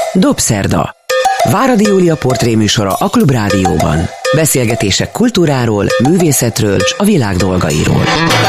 Dobszerda. Váradi Júlia portréműsora a Klubrádióban. Beszélgetések kultúráról, művészetről s a világ dolgairól.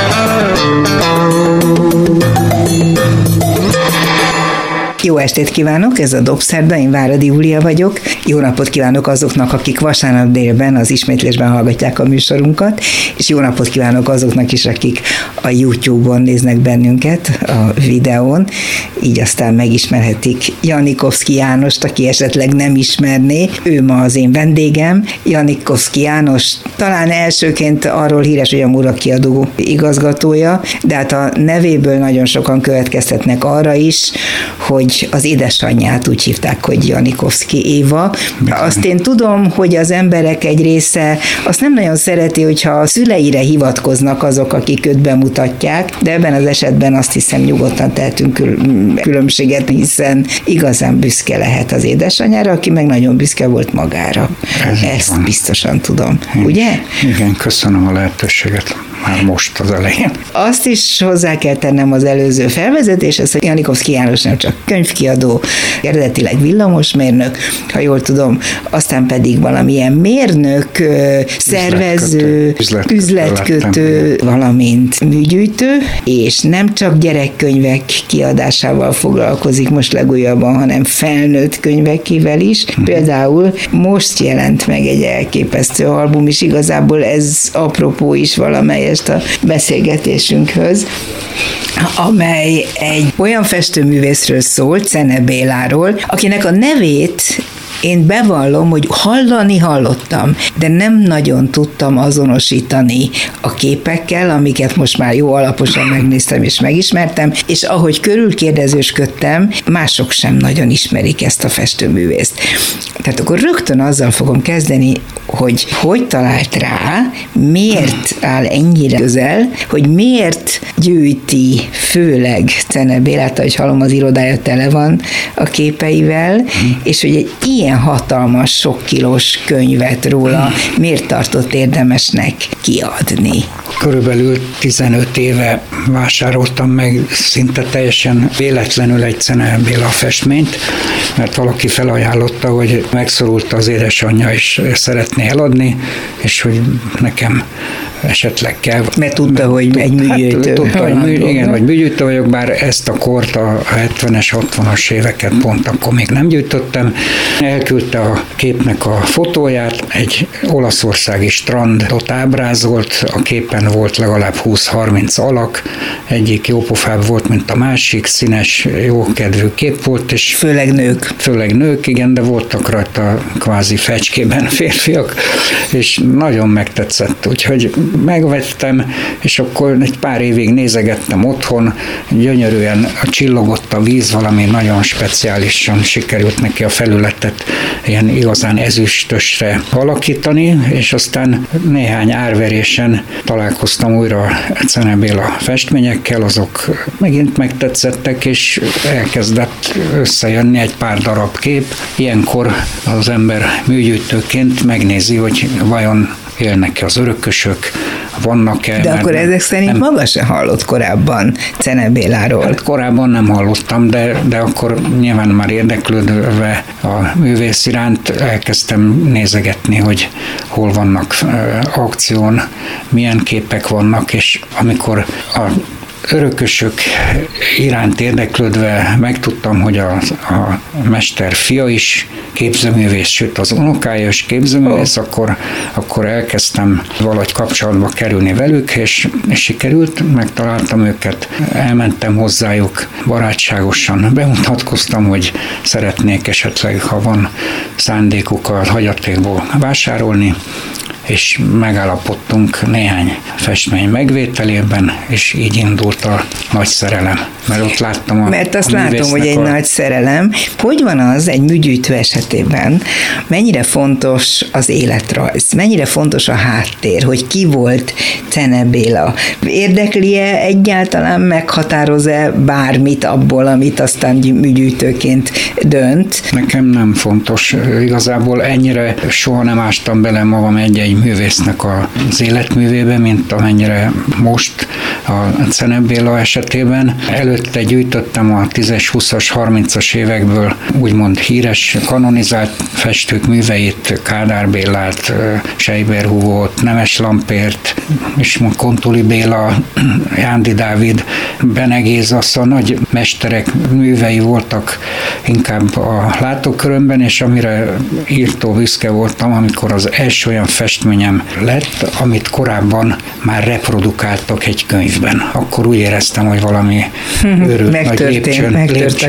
Jó estét kívánok, ez a Dobszerda, én Váradi Júlia vagyok. Jó napot kívánok azoknak, akik vasárnap délben az ismétlésben hallgatják a műsorunkat, és jó napot kívánok azoknak is, akik a YouTube-on néznek bennünket, a videón, így aztán megismerhetik Janikovszky Jánost, aki esetleg nem ismerné. Ő ma az én vendégem. Janikovszky János talán elsőként arról híres, hogy a Mura kiadó igazgatója, de hát a nevéből nagyon sokan következtetnek arra is, hogy az édesanyját úgy hívták, hogy Janikovszky Éva. Azt én tudom, hogy az emberek egy része azt nem nagyon szereti, hogyha a szüleire hivatkoznak azok, akik őt bemutatják, de ebben az esetben azt hiszem nyugodtan tehetünk különbséget, hiszen igazán büszke lehet az édesanyjára, aki meg nagyon büszke volt magára. Ezt biztosan tudom. Ugye? Igen, köszönöm a lehetőséget. Már most az elején. Azt is hozzá kell tennem az előző felvezetéshez, hogy Janikovszky János nem csak könyvkiadó, eredetileg villamosmérnök, ha jól tudom, aztán pedig valamilyen mérnök, szervező, üzletkötő, valamint műgyűjtő, és nem csak gyerekkönyvek kiadásával foglalkozik most legújabban, hanem felnőtt könyvekével is. Például most jelent meg egy elképesztő album, és igazából ez apropó is valamelyest a beszélgetésünkhöz, amely egy olyan festőművészről szól, Czene Béláról, akinek a nevét én bevallom, hogy hallottam, de nem nagyon tudtam azonosítani a képekkel, amiket most már jó alaposan megnéztem és megismertem, és ahogy körülkérdezősködtem, mások sem nagyon ismerik ezt a festőművészt. Tehát akkor rögtön azzal fogom kezdeni, hogy talált rá, miért áll ennyire közel, hogy miért gyűjti főleg Czene Bélát, ahogy hallom, az irodája tele van a képeivel, és hogy egy ilyen hatalmas, sok kilós könyvet róla miért tartott érdemesnek kiadni? Körülbelül 15 éve vásároltam meg szinte teljesen véletlenül egy Czene Béla festményt, mert valaki felajánlotta, hogy megszorult az édesanyja, és szeretné eladni, és hogy nekem esetleg kell. Mert tudta, hogy egy műgyűjtő. Hogy műgyűjtő vagyok, bár ezt a kort, a 70-es, 60-as éveket pont akkor még nem gyűjtöttem. Elküldte a képnek a fotóját, egy olaszországi strandot ábrázolt, a képen volt legalább 20-30 alak, egyik jópofább volt, mint a másik, színes, jókedvű kép volt, és Főleg nők, igen, de voltak rajta kvázi fecskében férfiak, és nagyon megtetszett, úgyhogy megvettem, és akkor egy pár évig nézegettem otthon, gyönyörűen csillogott a víz, valami nagyon speciálisan sikerült neki a felületet ilyen igazán ezüstösre alakítani, és aztán néhány árverésen találkoztam újra Czene Béla festményekkel, azok megint megtetszettek, és elkezdett összejönni egy pár darab kép. Ilyenkor az ember műgyűjtőként megnézi, hogy vajon élnek-e az örökösök, vannak-e. De akkor ezek szerint maga se hallott korábban Czene Béláról. Hát korábban nem hallottam, de akkor nyilván már érdeklődve a művész iránt elkezdtem nézegetni, hogy hol vannak aukción, milyen képek vannak, és amikor a örökösök iránt érdeklődve megtudtam, hogy a mester fia is képzőművész, sőt az unokája is képzőművész, akkor elkezdtem valahogy kapcsolatba kerülni velük, és sikerült, megtaláltam őket, elmentem hozzájuk barátságosan, bemutatkoztam, hogy szeretnék esetleg, ha van szándékuk a hagyatékból vásárolni, és megállapodtunk néhány festmény megvételében, és így indult a nagy szerelem. Mert ott láttam Mert azt látom, hogy egy nagy szerelem. Hogy van az egy műgyűjtő esetében? Mennyire fontos az életrajz? Mennyire fontos a háttér? Hogy ki volt Czene Béla? Érdekli-e egyáltalán, meghatároz-e bármit abból, amit aztán műgyűjtőként dönt. Nekem nem fontos. Igazából ennyire soha nem ástam bele magam egy-egy művésznek az életművébe, mint amennyire most a Ceneb Béla esetében. Előtte gyűjtöttem a 10-es, 20-as, 30-as évekből úgymond híres, kanonizált festők műveit, Kádár Bélát, Seiber Huvót, Nemes Lampért, és Kontuli Béla, Jándi Dávid, Bene Géza, szóval nagy mesterek művei voltak inkább a látókörömben, és amire írtó büszke voltam, amikor az első olyan festményem lett, amit korábban már reprodukáltak egy könyvben. Akkor úgy éreztem, hogy valami őrült nagy lépcsőn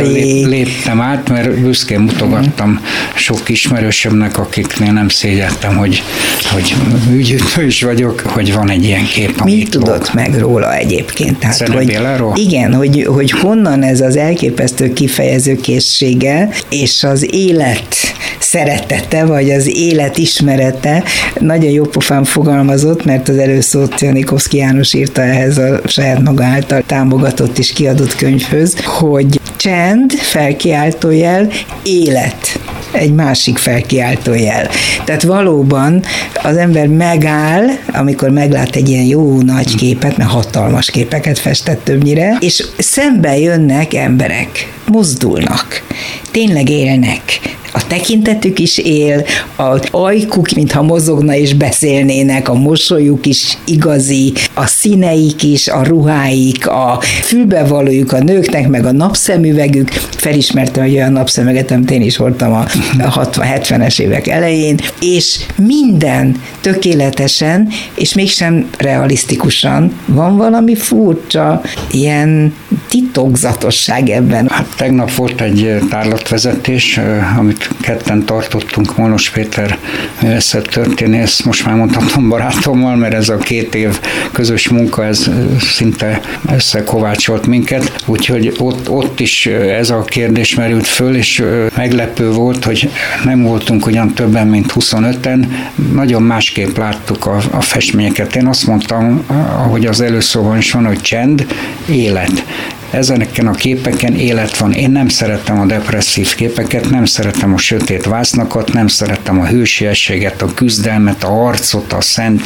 léptem át, mert büszkén mutogattam sok ismerősömnek, akiknél nem szégyeltem, hogy műgyűjtő is vagyok, hogy van egy ilyen kép. Mit tudott meg róla egyébként? Tehát, igen, hogy honnan ez az elképesztő kifejezőkészsége, és az élet szeretete, vagy az élet ismerete. Nagyon jó pofán fogalmazott, mert az előszót Janikovszky János írta ehhez a saját maga által támogatott és kiadott könyvhöz, hogy csend, felkiáltójel, élet, egy másik felkiáltójel. Tehát valóban az ember megáll, amikor meglát egy ilyen jó nagy képet, mert hatalmas képeket festett többnyire, és szembe jönnek emberek, mozdulnak, tényleg élnek. A tekintetük is él, az ajkuk, mintha mozogna és beszélnének, a mosolyuk is igazi, a színeik is, a ruháik, a fülbevalójuk a nőknek, meg a napszemüvegük. Felismertem, hogy olyan napszemüveget, amit én is hordtam a 60-70-es évek elején, és minden tökéletesen, és mégsem realisztikusan. Van valami furcsa, ilyen titokzatosság ebben. Hát tegnap volt egy tárlatvezetés, amit ketten tartottunk, Molnos Péter művészettörténész, most már mondhatom barátommal, mert ez a 2 év közös munka, ez szinte összekovácsolt minket, úgyhogy ott is ez a kérdés merült föl, és meglepő volt, hogy nem voltunk ugyan többen, mint 25-en, nagyon másképp láttuk a festményeket. Én azt mondtam, ahogy az előszóban is van, hogy csend, élet. Ezeneken a képeken élet van. Én nem szeretem a depresszív képeket, nem szeretem a sötét vásznakat, nem szeretem a hősiességet, a küzdelmet, a harcot, a szent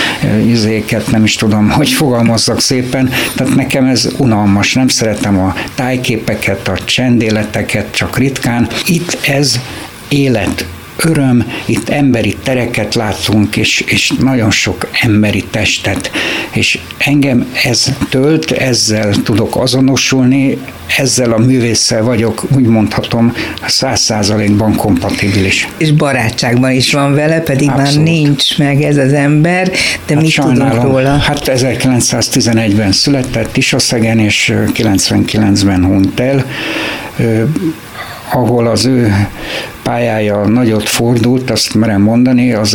izéket, nem is tudom, hogy fogalmazzak szépen. Tehát nekem ez unalmas. Nem szeretem a tájképeket, a csendéleteket, csak ritkán. Itt ez élet, öröm, itt emberi tereket látunk, és nagyon sok emberi testet, és engem ez tölt, ezzel tudok azonosulni, ezzel a művésszel vagyok, úgy mondhatom, 100%-ban kompatibilis. És barátságban is van vele, pedig abszolút. Már nincs meg ez az ember, de mit tudunk róla? Hát 1911-ben született Tisaszegen, és 99-ben hunyt el, ahol az ő pályája nagyot fordult, azt merem mondani, az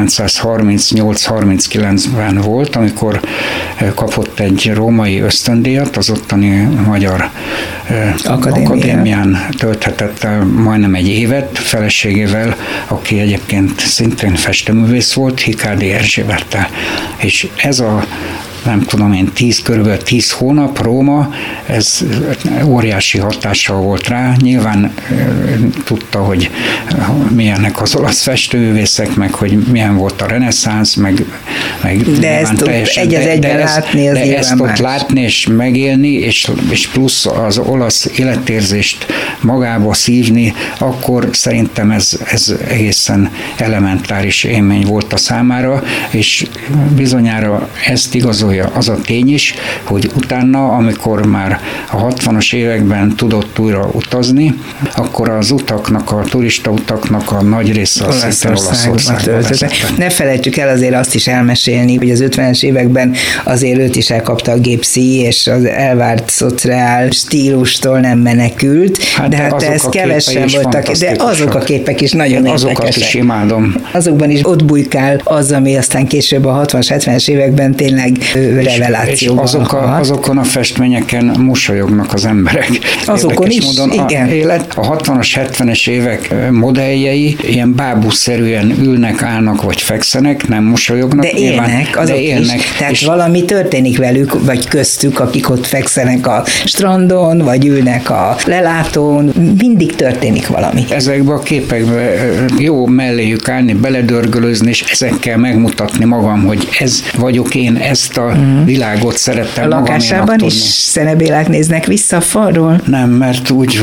1938-39-ben volt, amikor kapott egy római ösztöndíjat, az ottani Magyar Akadémián tölthetett el majdnem egy évet, feleségével, aki egyébként szintén festőművész volt, Hikádi Erzsébettel. És ez a nem tudom én, körülbelül 10 hónap Róma, ez óriási hatással volt rá. Nyilván tudta, hogy milyennek az olasz festőművészek, meg hogy milyen volt a reneszánsz, meg de ezt teljesen, látni, az ezt ott látni és megélni, és plusz az olasz életérzést magába szívni, akkor szerintem ez egészen elementáris élmény volt a számára, és bizonyára ezt igazolja az a tény is, hogy utána, amikor már a 60-as években tudott újra utazni, akkor az utaknak, a turista utaknak a nagy része az szinte Olaszországba vezetett. Ne felejtsük el azért azt is elmesélni, hogy az 50-es években azért őt is elkapta a gépszíj, és az elvárt szociál stílustól nem menekült, hát de hát ez kevesen voltak, de azok a képek is nagyon érdekesek. Azokat is imádom. Azokban is ott bujkál az, ami aztán később a 60-as, 70-es években tényleg revelációban. És azokon a festményeken mosolyognak az emberek. Azokon is, igen. A 60-as, 70-es évek modelljei ilyen bábuszerűen ülnek, állnak vagy fekszenek, nem mosolyognak. De élnek, azok élnek. Is. Tehát valami történik velük, vagy köztük, akik ott fekszenek a strandon, vagy ülnek a lelátón, mindig történik valami. Ezekben a képekben jó melléjük állni, beledörgölözni, és ezekkel megmutatni magam, hogy ez vagyok én, ezt a világot szerettem a magaménak lakásában tudni. is szenebélák néznek vissza a falról? Nem, mert úgy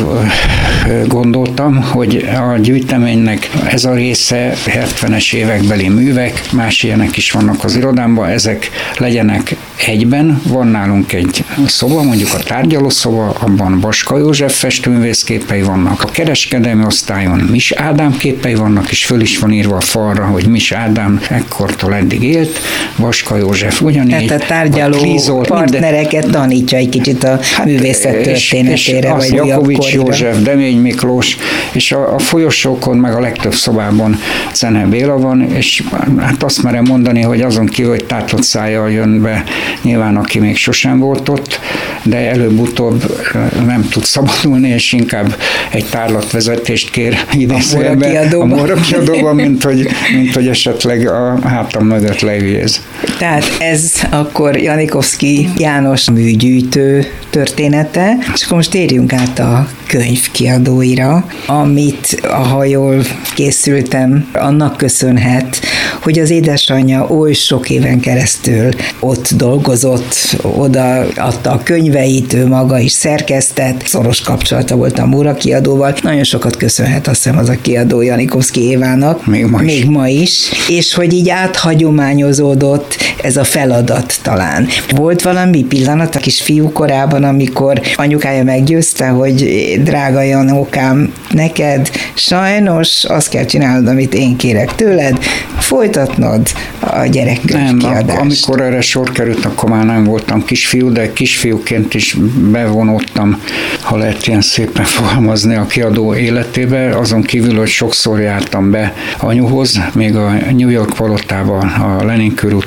gondoltam, hogy a gyűjteménynek ez a része 70-es évekbeli művek, más ilyenek is vannak az irodámban, ezek legyenek egyben. Van nálunk egy szoba, mondjuk a tárgyalószoba, abban Baska József festőművész képei vannak, a kereskedelmi osztályon Mis Ádám képei vannak, és föl is van írva a falra, hogy Mis Ádám ekkortól eddig élt, Baska József ugyanígy. Tehát a tárgyaló partnereket tanítja egy kicsit a művészet történetére, vagy Jakovics József, Demény Miklós, és a folyosókon, meg a legtöbb szobában Zene Béla van, és hát azt merem mondani, hogy azon kívül, hogy tátott szájjal jön be nyilván, aki még sosem volt ott, de előbb-utóbb nem tud szabadulni, és inkább egy tárlatvezetést kér idézőjelben a Móra kiadóban, mint hogy esetleg a hátam mögött leüljéz. Tehát ez akkor Janikovszky János műgyűjtő története, és akkor most térjünk át a könyvkiadóira, amit, ha jól készültem, annak köszönhet, hogy az édesanyja oly sok éven keresztül ott dolgozott, oda adta a könyveit, ő maga is szerkesztett, szoros kapcsolata volt a Móra kiadóval, nagyon sokat köszönhet, azt hiszem, az a kiadó Janikovszky Évának, még ma is, és hogy így áthagyományozódott ez a feladat talán. Volt valami pillanat a kisfiú korában, amikor anyukája meggyőzte, hogy drága Janókám, neked sajnos azt kell csinálnod, amit én kérek tőled, folytatnod a gyerekkönyvkiadást. Nem, amikor erre sor került, akkor már nem voltam kisfiú, de kisfiúként is bevonódtam, ha lehet ilyen szépen fogalmazni, a kiadó életébe, azon kívül, hogy sokszor jártam be anyuhoz, még a New York palotában, a Lenin körút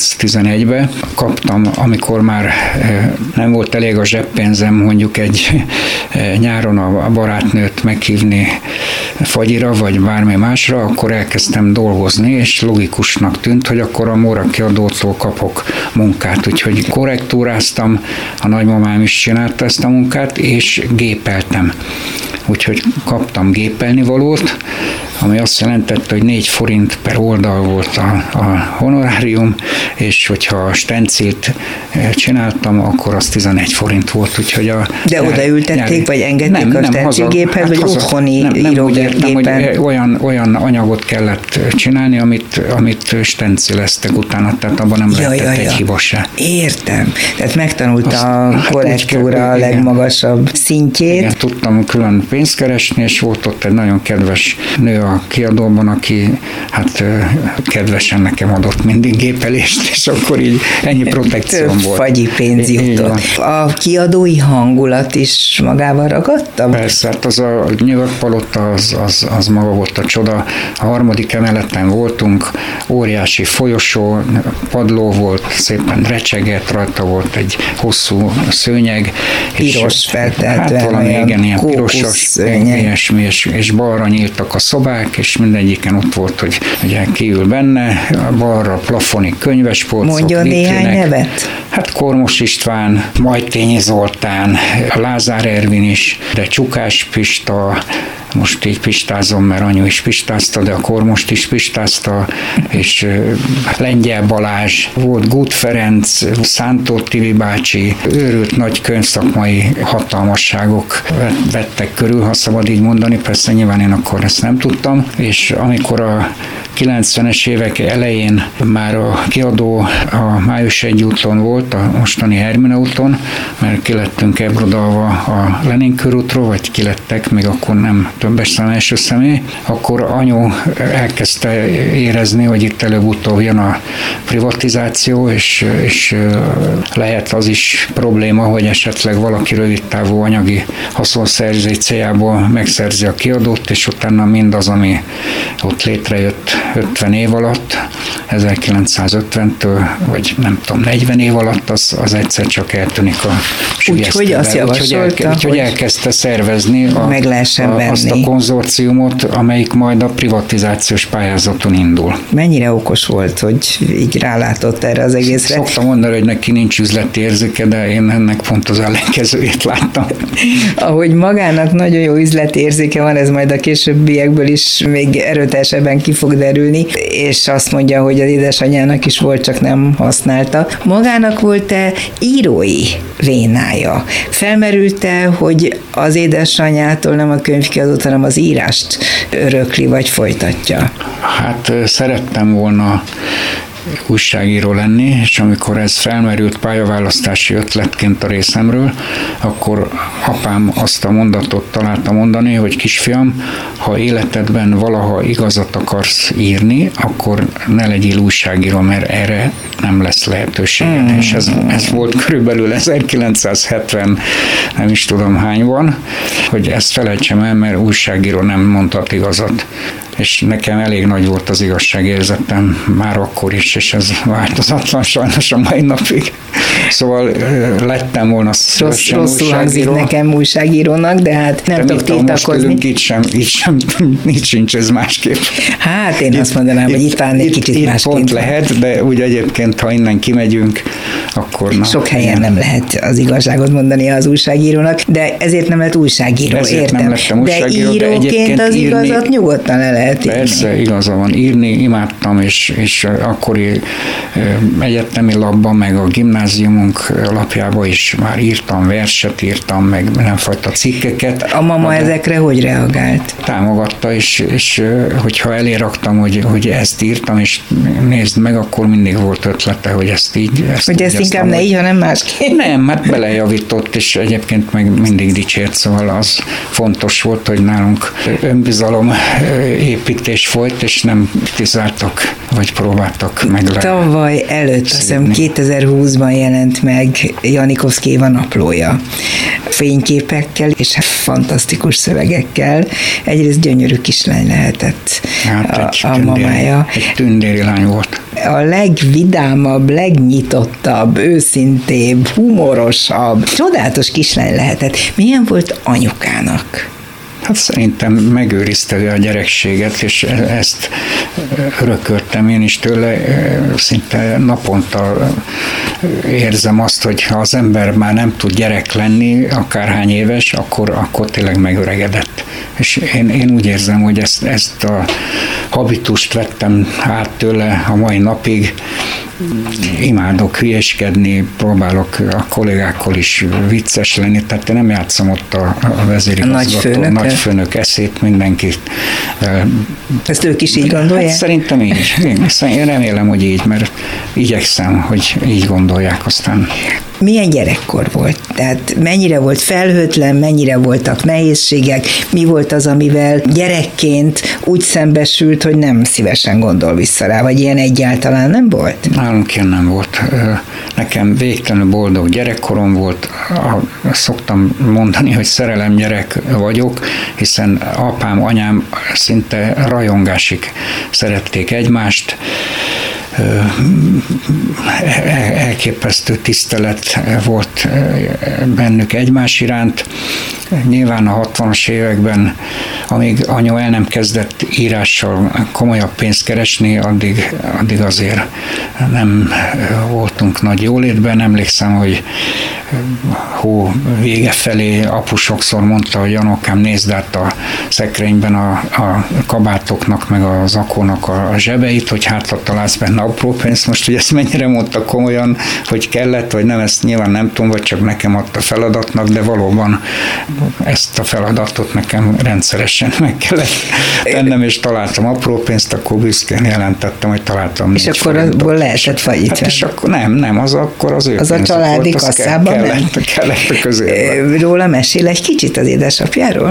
911-be kaptam, amikor már nem volt elég a zseppénzem, mondjuk egy nyáron a barátnőt meghívni fagyira, vagy bármi másra, akkor elkezdtem dolgozni, és logikusnak tűnt, hogy akkor a Móra kiadótól kapok munkát, úgyhogy korrektúráztam, a nagymamám is csinálta ezt a munkát, és gépeltem. Úgyhogy kaptam gépelni valót, ami azt jelentette, hogy 4 forint per oldal volt a honorárium, és hogyha a stencilt csináltam, akkor az 11 forint volt. Úgyhogy de odaültették, vagy engedték a stencilgéphez, vagy otthoni írógépen? Olyan anyagot kellett csinálni, amit stencileztek utána, tehát abban nem lehetett egy hiba se. Értem. Tehát megtanulta a korrektúra a legmagasabb szintjét. Igen, tudtam külön pénzt keresni, és volt ott egy nagyon kedves nő a kiadóban, aki hát kedvesen nekem adott mindig gépelést, és akkor így ennyi protekcióm volt. Fagyi pénz jutott. A kiadói hangulat is magával ragadta? Persze, hát az a New York palota, az maga volt a csoda. A 3. emeleten voltunk, óriási folyosó, padló volt, szépen recsegett, rajta volt egy hosszú szőnyeg. Piros feltehetően. Hát valami igen, ilyen pirosos, ilyesmi, és balra nyíltak a szobák, és mindegyiken ott volt, hogy ugye kiül benne, balra plafoni könyvespolcok. Mondjon néhány nevet? Hát Kormos István, Majtényi Zoltán, Lázár Ervin is, de Csukás Pista, most így pistázom, mert anyu is pistázta, de a Kormost is pistázta, és Lengyel Balázs, volt Gut Ferenc, Szántó Tibi bácsi, őrült nagy könyvszakmai hatalmasságok vettek körül, ha szabad így mondani, persze nyilván én akkor ezt nem tudtam, és amikor a 90-es évek elején már a kiadó a Május 1 úton volt, a mostani Hermina úton, mert kilettünk ebrodalva a Lenin körútról, vagy kilettek, még akkor nem többes szám első személy, akkor anyu elkezdte érezni, hogy itt előbb-utóbb jön a privatizáció, és lehet az is probléma, hogy esetleg valaki rövidtávú anyagi haszonszerzés céljából megszerzi a kiadót, és utána mindaz, ami ott létrejött, 50 év alatt, 1950-től, vagy nem tudom, 40 év alatt az egyszer csak eltűnik a sülyeztőben. Úgyhogy azt javasolta, úgyhogy elkezdte szervezni azt a konzorciumot, amelyik majd a privatizációs pályázaton indul. Mennyire okos volt, hogy így rálátott erre az egészre? Szoktam mondani, hogy neki nincs üzleti érzéke, de én ennek pont az ellenkezőjét láttam. Ahogy magának nagyon jó üzleti érzéke van, ez majd a későbbiekből is még erőteljesebben ki fog derülni, és azt mondja, hogy az édesanyjának is volt, csak nem használta. Magának volt-e írói vénája? Felmerült-e, hogy az édesanyjától nem a könyvkiadót, hanem az írást örökli, vagy folytatja? Hát szerettem volna újságíró lenni, és amikor ez felmerült pályaválasztási ötletként a részemről, akkor apám azt a mondatot találta mondani, hogy kisfiam, ha életedben valaha igazat akarsz írni, akkor ne legyél újságíró, mert erre nem lesz lehetőséged. És ez volt körülbelül 1970, nem is tudom hányban, hogy ezt felejtsem el, mert újságíró nem mondhat igazat. És nekem elég nagy volt az igazságérzetem már akkor is, és ez változatlan sajnos a mai napig. Szóval lettem volna rosszul hangzik nekem újságírónak, de hát nem tudok tiltakozni. Most itt sem, sincs ez másképp. Hát én azt mondanám, hogy itt talán egy kicsit másképp. Pont lehet, de úgy egyébként, ha innen kimegyünk, akkor... Sok helyen nem lehet az igazságot mondani az újságírónak, de ezért nem lett újságíró, értem. Nem lettem újságíró, de íróként az igazat nyugodtan le lehet írni. Persze, igaza van, írni imádtam, és akkori egyetemi labban, meg a gimnáziumunk lapjába is már írtam, verset írtam, meg mindenfajta cikkeket. A mama ezekre hogy reagált? Támogatta, és hogyha eléraktam, hogy ezt írtam, és nézd meg, akkor mindig volt ötlete, hogy ezt így... Hogy ezt inkább ne így, hanem másképp. Nem, hát belejavított, és egyébként meg mindig dicsért, szóval az fontos volt, hogy nálunk önbizalom építés folyt, és nem kritizáltak, vagy próbáltak meg. Tavaly előtt, azt hiszem 2020-ban jelent meg Janikovszky Éva naplója. Fényképekkel és fantasztikus szövegekkel. Egyrészt gyönyörű kislány lehetett a mamája. Egy tündéri lány volt. A legvidámabb, legnyitottabb, őszintébb, humorosabb, csodálatos kislány lehetett. Milyen volt anyukának? Hát szerintem megőrizte a gyerekséget, és ezt örököltem én is tőle. Szinte naponta érzem azt, hogy ha az ember már nem tud gyerek lenni, akárhány éves, akkor tényleg megöregedett. És én úgy érzem, hogy ezt a habitust vettem át tőle a mai napig. Imádok hülyeskedni, próbálok a kollégákkal is vicces lenni, tehát én nem játszom ott a vezérigazgató, nagyfőnök eszét, mindenkit. Ezt ők is így gondolják? Hát szerintem így. Én remélem, hogy így, mert igyekszem, hogy így gondolják aztán. Milyen gyerekkor volt? Tehát mennyire volt felhőtlen, mennyire voltak nehézségek, mi volt az, amivel gyerekként úgy szembesült, hogy nem szívesen gondol vissza rá, vagy ilyen egyáltalán nem volt? Nálunk ilyen nem volt. Nekem végtelenül boldog gyerekkorom volt. Szoktam mondani, hogy szerelemgyerek vagyok, hiszen apám, anyám szinte rajongásig szerették egymást. Elképesztő tisztelet volt bennük egymás iránt. Nyilván a 60-as években, amíg anya el nem kezdett írással komolyabb pénzt keresni, addig azért nem voltunk nagy jólétben. Emlékszem, hogy hó vége felé apu sokszor mondta, hogy Janokám, nézd át a szekrényben a kabátoknak, meg a zakónak a zsebeit, hogy hát találsz benne apró pénzt. Most, hogy ezt mennyire mondta komolyan, hogy kellett, vagy nem, ezt nyilván nem tudom, vagy csak nekem adta feladatnak, de valóban ezt a feladatot nekem rendszeresen meg kellett tennem, és találtam apró pénzt, akkor büszkén jelentettem, hogy találtam. És akkor abból lehetett fagyítani. Hát és akkor nem, az akkor az ő az a családi kasszában kellett a közérben. Róla mesél egy kicsit az édesapjáról?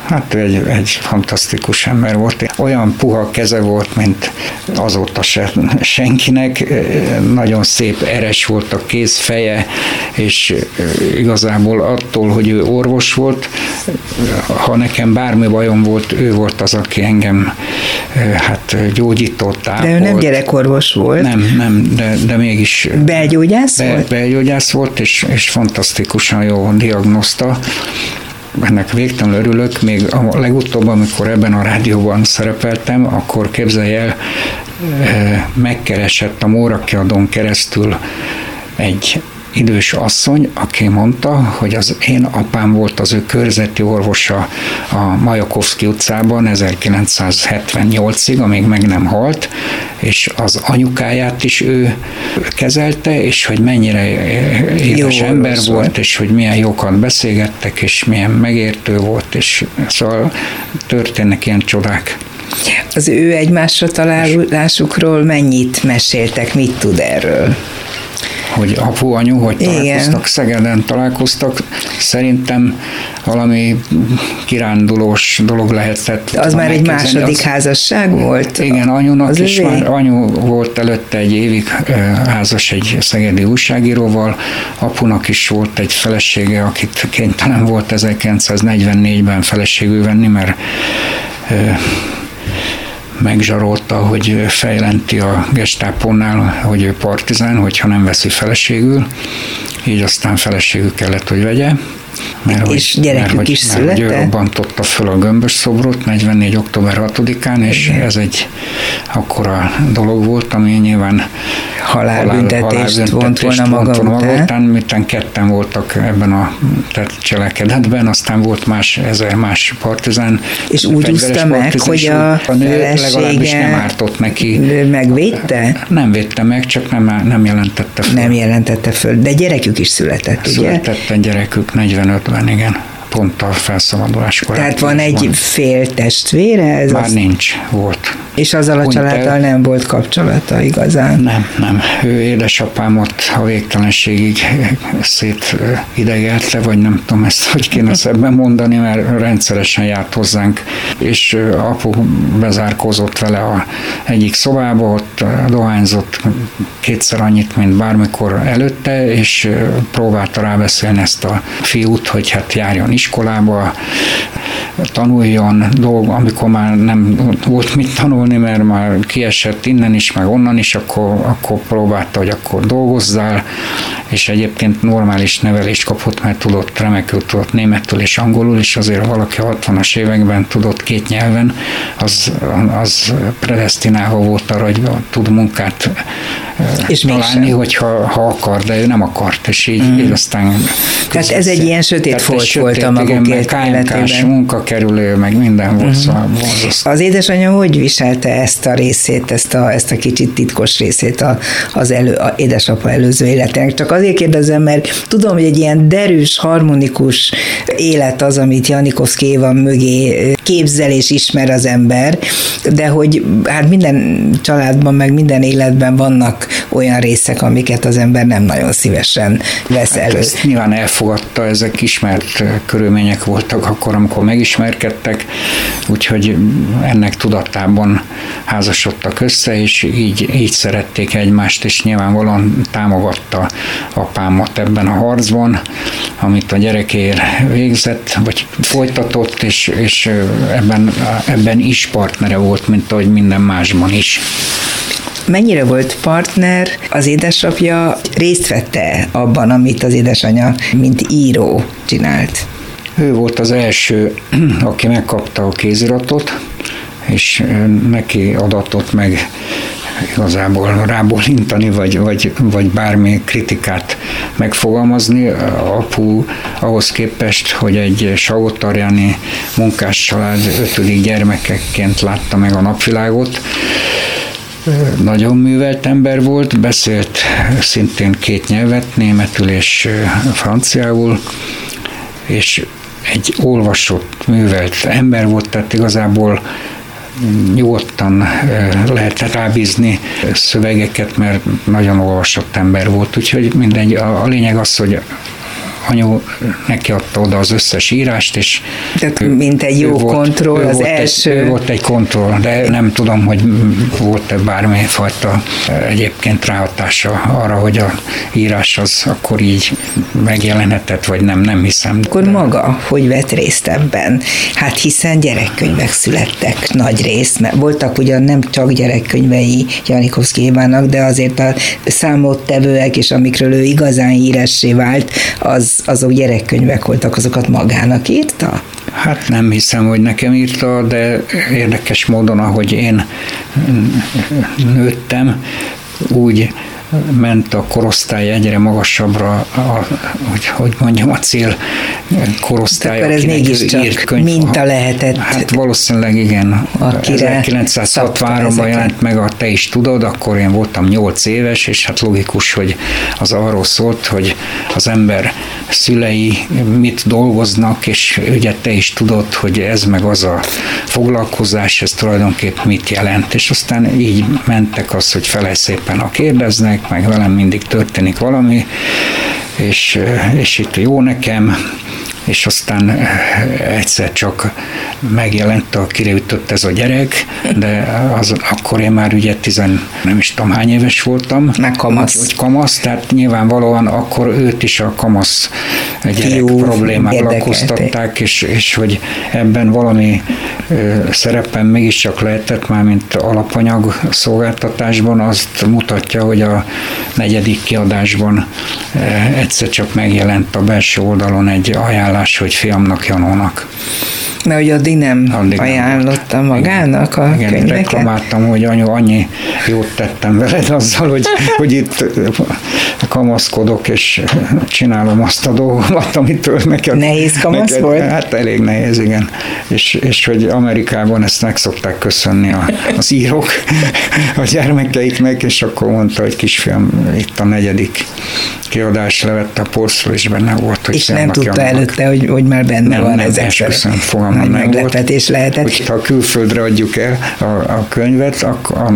Hát egy fantasztikus ember volt. Olyan puha keze volt, mint azóta se senkinek. Nagyon szép, eres volt a kéz, feje, és igazából attól, hogy ő orvos volt, ha nekem bármi bajom volt, ő volt az, aki engem gyógyított, ápolt. De ő nem gyerekorvos volt. Nem, de mégis... Belgyógyász volt? Belgyógyász volt, és fantasztikusan jó diagnózta. Ennek végtelenül örülök, még a legutóbb, amikor ebben a rádióban szerepeltem, akkor képzelj el, megkeresett a Móra kiadón keresztül egy idős asszony, aki mondta, hogy az én apám volt az ő körzeti orvosa a Majakovszky utcában 1978-ig, amíg meg nem halt, és az anyukáját is ő kezelte, és hogy mennyire édes ember volt, és hogy milyen jókat beszélgettek, és milyen megértő volt, és szóval történnek ilyen csodák. Az ő egymásra találásukról mennyit meséltek, mit tud erről? Hogy apu-anyu, hogy találkoztak, Szegeden találkoztak, szerintem valami kirándulós dolog lehetett. Az már egy második házasság volt? Igen, anyunak is már, anyu volt előtte egy évig házas egy szegedi újságíróval, apunak is volt egy felesége, akit kénytelen volt 1944-ben feleségül venni, mert megzsarolta, hogy fejlenti a Gestápónál, hogy ő partizán, hogyha nem veszi feleségül, így aztán feleségül kellett, hogy vegye. És gyerekük is született? Mert ő robbantotta föl a gömbös szobrot 44. október 6-án, és ez egy akkora dolog volt, ami nyilván halálbüntetést vont volna maga után. Miután ketten voltak ebben a cselekedetben, aztán volt más partizán. És úgy úszta meg, hogy a felesége legalábbis nem ártott neki. Megvédte? Nem védte meg, csak nem jelentette föl. Nem jelentette föl, de gyerekük is született, ugye? Született egy gyerekük 45-ben, igen. Pont a felszabaduláskor. Tehát van egy fél testvére? Ez már nincs, volt. És azzal a családdal nem volt kapcsolata igazán? Nem. Ő édesapámat a végtelenségig szétidegelte, vagy nem tudom ezt, hogy kéne szebben mondani, mert rendszeresen járt hozzánk, és apu bezárkózott vele a egyik szobába, ott dohányzott kétszer annyit, mint bármikor előtte, és próbálta rábeszélni ezt a fiút, hogy hát járjon iskolába, tanuljon amikor már nem volt mit tanulni, mert már kiesett innen is, meg onnan is, akkor próbálta, hogy akkor dolgozzál, és egyébként normális nevelést kapott, mert remekül tudott németül és angolul, és azért valaki 60-as években tudott két nyelven, az predesztinálva volt arra, hogy tud munkát és találni, hogyha akar, de ő nem akart, és így aztán... Tehát ez egy ilyen sötét folt volt a maguk életében. Munkakerülő, meg minden volt, szóval az édesanyja hogy viselte ezt a részét, ezt a kicsit titkos részét az édesapa előző életének? Csak azért kérdezem, mert tudom, hogy egy ilyen derűs, harmonikus élet az, amit Janikovszky Éva mögé képzel és ismer az ember, de hogy hát minden családban, meg minden életben vannak olyan részek, amiket az ember nem nagyon szívesen vesz elő. Ezt nyilván elfogadta, ezek ismert körülmények voltak akkor, amikor megismerkedtek, úgyhogy ennek tudatában házasodtak össze, és így szerették egymást, és nyilvánvalóan támogatta apámat ebben a harcban, amit a gyerekéért végzett, vagy folytatott, és ebben is partnere volt, mint ahogy minden másban is. Mennyire volt partner? Az édesapja részt vette abban, amit az édesanyja, mint író csinált? Ő volt az első, aki megkapta a kéziratot, és neki adatott meg igazából rábólintani, vagy bármi kritikát megfogalmazni. Apu ahhoz képest, hogy egy salgótarjáni munkás család 5. gyermekeként látta meg a napvilágot, nagyon művelt ember volt, beszélt szintén 2 nyelvet, németül és franciául, és egy olvasott, művelt ember volt, tehát igazából nyugodtan lehetett rábízni szövegeket, mert nagyon olvasott ember volt, úgyhogy mindegy, a lényeg az, hogy anyu neki adta oda az összes írást, és tehát mint egy jó kontroll, az első. Ő volt egy kontroll, de nem tudom, hogy volt-e bármilyen fajta egyébként ráhatása arra, hogy a írás az akkor így megjelenhetett, vagy nem hiszem. Akkor maga, hogy vett részt ebben? Hát hiszen gyerekkönyvek születtek nagy rész, mert voltak ugyan nem csak gyerekkönyvei Janikovszky Évának, de azért a számottevőek, és amikről ő igazán híressé vált, azok gyerekkönyvek voltak, azokat magának írta? Hát nem hiszem, hogy nekem írta, de érdekes módon, ahogy én nőttem, úgy ment a korosztály egyre magasabbra, hogy mondjam, a cél korosztály. Akkor ez mégiscsak minta lehetett. Hát valószínűleg igen. 1963-ban jelent meg a Te is tudod, akkor én voltam 8 éves, és hát logikus, hogy az arról szólt, hogy az ember szülei mit dolgoznak, és ugye te is tudod, hogy ez meg az a foglalkozás, ez tulajdonképpen mit jelent. És aztán így mentek az, hogy fele szépen a kérdeznek, meg velem mindig történik valami, és itt jó nekem, és aztán egyszer csak megjelent, kire ütött ez a gyerek, de akkor én már ugye nem is tudom hány éves voltam. Meg kamasz. Hogy kamasz, tehát nyilvánvalóan akkor őt is a kamasz gyerek problémák lakoztatták, és hogy ebben valami szerepem mégiscsak lehetett már, mint alapanyag szolgáltatásban, azt mutatja, hogy a 4. kiadásban egyszer csak megjelent a belső oldalon egy ajánlás, hogy fiamnak, Janónak. De hogy addig nem ajánlotta magának a könyveket? Reklamáltam, hogy anyu, annyi jót tettem veled azzal, hogy itt kamaszkodok, és csinálom azt a dolgomat, amitől neked... Nehéz kamasz volt? Hát elég nehéz, igen. És hogy Amerikában ezt meg szokták köszönni az írók a gyermekeiknek, és akkor mondta, hogy kisfiam, itt a 4. kiadás, levette a polcról, és benne volt, hogy és nem tudta előtte, hogy már benne van ezek szerint. Fogalmam nem meglepetés volt. Lehetett. Hogyha külföldre adjuk el a könyvet, akkor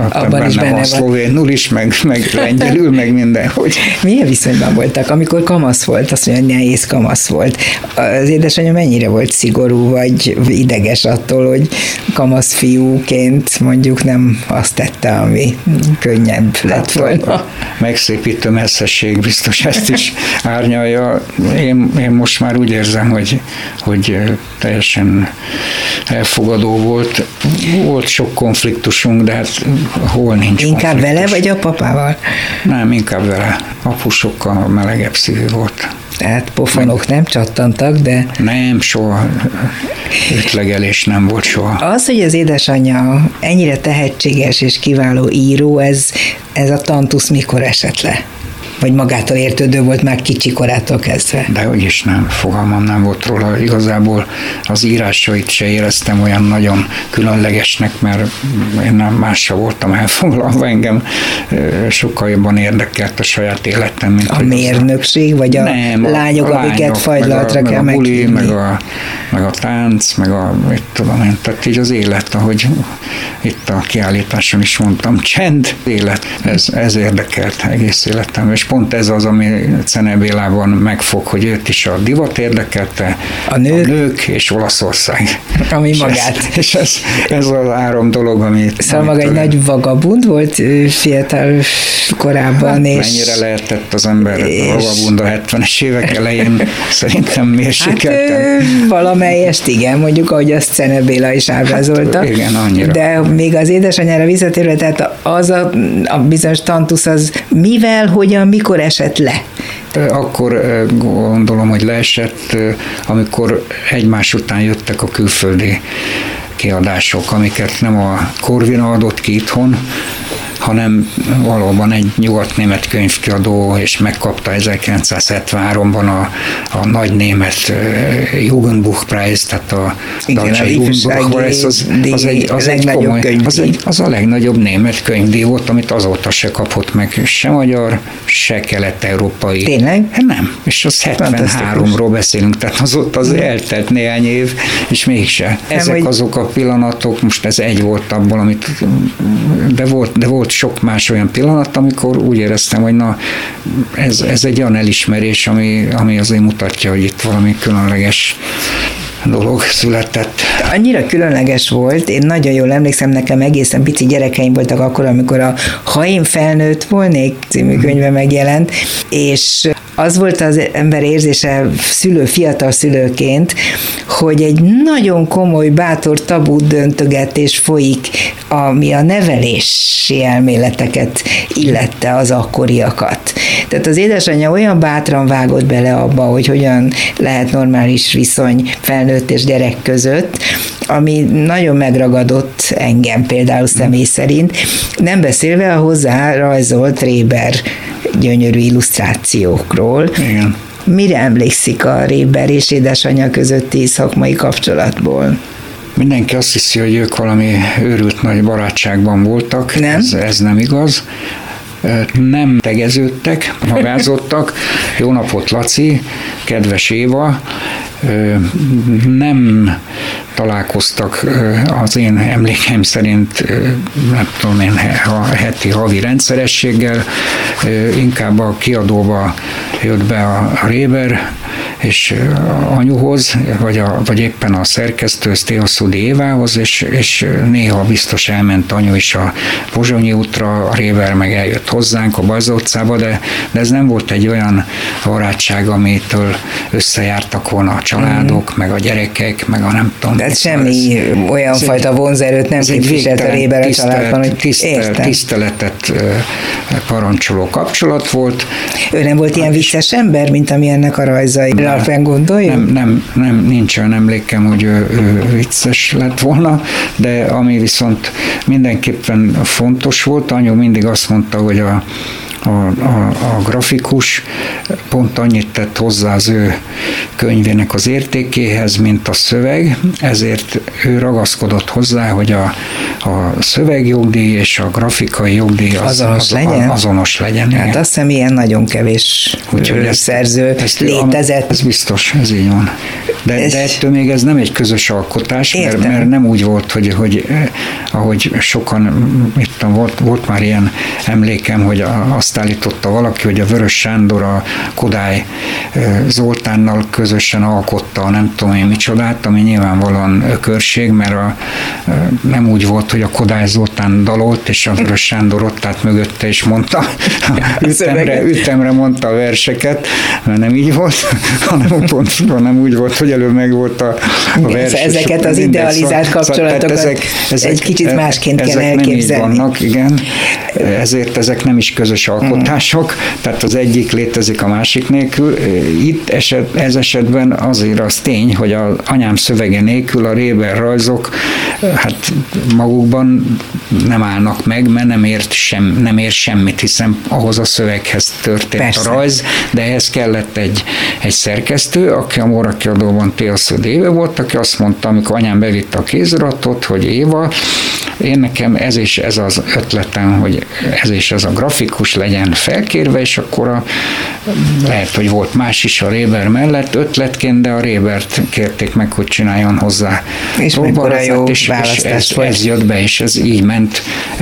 benne van szlovénul is, meg lengyelül, meg mindenhogy. Milyen viszonyban voltak? Amikor kamasz volt, azt mondja, hogy nehéz kamasz volt. Az édesanyja mennyire volt szigorú, vagy ideges attól, hogy kamasz fiúként mondjuk nem azt tette, ami könnyebb lett volna? A megszépítő messzesség biztos ezt is árnyalja. Én most már úgy érzem, hogy teljesen elfogadó volt. Volt sok konfliktusunk, de hát hol nincs inkább konfliktus. Vele, vagy a papával? Nem, inkább vele. Apu sokkal melegebb szívű volt. Tehát pofonok nem csattantak, de... Nem, soha. Ütlegelés nem volt soha. Az, hogy az édesanyja ennyire tehetséges és kiváló író, ez a tantusz mikor esett le? Vagy magától értődő volt már kicsi korától kezdve? Dehogy is nem, fogalmam nem volt róla. Igazából az írásait se éreztem olyan nagyon különlegesnek, mert én nem másra voltam elfoglalva, engem sokkal jobban érdekelt a saját életem, mint a mérnökség, vagy a lányok, akiket fagylaltra kell meghívni. Meg a tánc, meg mit tudom én, tehát így az élet, ahogy itt a kiállításon is mondtam, csend, élet, ez érdekelt egész életem, és pont ez az, ami Czene Bélában megfog, hogy őt is a divat érdekelte, a nők és Olaszország. Ami magát. És ez az 3 dolog, amit... Szóval maga egy nagy vagabund volt fiatal korában. Hát, mennyire lehetett az ember vagabund a 70-es évek elején, szerintem mérsékelten. Hát valamelyest igen, mondjuk, ahogy azt Czene Béla is ábrázolta. Hát, igen, annyira. De még az édesanyjára visszatérve, tehát az a bizonyos tantusz az mivel, hogyan, mikor esett le? Akkor gondolom, hogy leesett, amikor egymás után jöttek a külföldi kiadások, amiket nem a Corvina adott ki itthon, hanem valóban egy nyugat-német könyvkiadó, és megkapta 1973-ban a nagy német Jugendbuchpreis, tehát a Deutsche Jugendbuchpreis, az a legnagyobb német könyvdíj volt, amit azóta se kapott meg se magyar, se kelet-európai. Tényleg? Nem, és az 73-ról beszélünk, tehát azóta az eltelt néhány év, és mégse. Ezek azok a pillanatok, most ez egy volt abból, amit, de volt sok más olyan pillanat, amikor úgy éreztem, hogy na, ez egy olyan elismerés, ami azért mutatja, hogy itt valami különleges dolog született. Annyira különleges volt, én nagyon jól emlékszem, nekem egészen pici gyerekeim voltak akkor, amikor a Ha én felnőtt volnék című könyve megjelent, és az volt az ember érzése fiatal szülőként, hogy egy nagyon komoly, bátor tabú döntögetés folyik, ami a nevelési elméleteket illette az akkoriakat. Tehát az édesanyja olyan bátran vágott bele abba, hogy hogyan lehet normális viszony felnőtt és gyerek között, ami nagyon megragadott engem például személy szerint, nem beszélve a hozzá rajzolt Réber gyönyörű illusztrációkról. Igen. Mire emlékszik a Réber és édesanyja közötti szakmai kapcsolatból? Mindenki azt hiszi, hogy ők valami őrült nagy barátságban voltak. Nem? Ez nem igaz. Nem tegeződtek, magázottak. Jó napot, Laci, kedves Éva. Nem találkoztak az én emlékeim szerint, nem tudom én, havi rendszerességgel, inkább a kiadóba jött be a Réber, és anyuhoz, vagy éppen a szerkesztő Sztéhaszudi Évához, és néha biztos elment anyu is a Pozsonyi útra, a Réber meg eljött hozzánk a Bajza utcába, de ez nem volt egy olyan barátság, amitől összejártak volna a családok, meg a gyerekek, meg a nem tudom. Tehát semmi olyan fajta vonzerőt nem képviselt a Réber a családban, hogy tiszteletet parancsoló kapcsolat volt. Ő nem volt ilyen vicces ember, mint ami ennek a rajzai alapján gondolja? Nem, nincs olyan emlékem, hogy ő vicces lett volna, de ami viszont mindenképpen fontos volt, anyu mindig azt mondta, hogy a grafikus pont annyit tett hozzá az ő könyvének az értékéhez, mint a szöveg, ezért ő ragaszkodott hozzá, hogy a szövegjogdíj és a grafikai jogdíj azonos legyen. Hát azt hiszem, ilyen nagyon kevés szerző létezett. Ez biztos, ez így van. De ettől még ez nem egy közös alkotás, mert nem úgy volt, hogy ahogy sokan, volt már ilyen emlékem, hogy azt állította valaki, hogy a Vörös Sándor a Kodály Zoltánnal közösen alkotta nem tudom én micsodát, ami nyilvánvalóan ökörség, mert nem úgy volt, hogy a Kodály Zoltán dalolt, és a Vörös Sándor ott állt mögötte, és mondta, ütemre mondta a verseket, mert nem így volt, hanem úgy volt, hogy előbb meg volt a vers. Ezeket az idealizált kapcsolatokat egy kicsit másként kell elképzelni. Nem így vannak, igen. Ezért ezek nem is közös alkotások, tehát az egyik létezik a másik nélkül. Itt ez esetben azért az tény, hogy az anyám szövege nélkül a Réber rajzok hát magukban nem állnak meg, mert nem ér semmit, hiszen ahhoz a szöveghez történt Persze. a rajz, de ehhez kellett egy szerkesztő, aki a Móra kiadóban Sztéhaszudi Éva volt, aki azt mondta, amikor anyám bevitte a kéziratot, hogy Éva, én nekem ez és ez az ötletem, hogy ez és ez a grafikus legyen felkérve, és akkor lehet, hogy volt más is a Réber mellett ötletként, de a Rébert kérték meg, hogy csináljon hozzá. És mekkora jó választás volt. Ez jött be, és ez így ment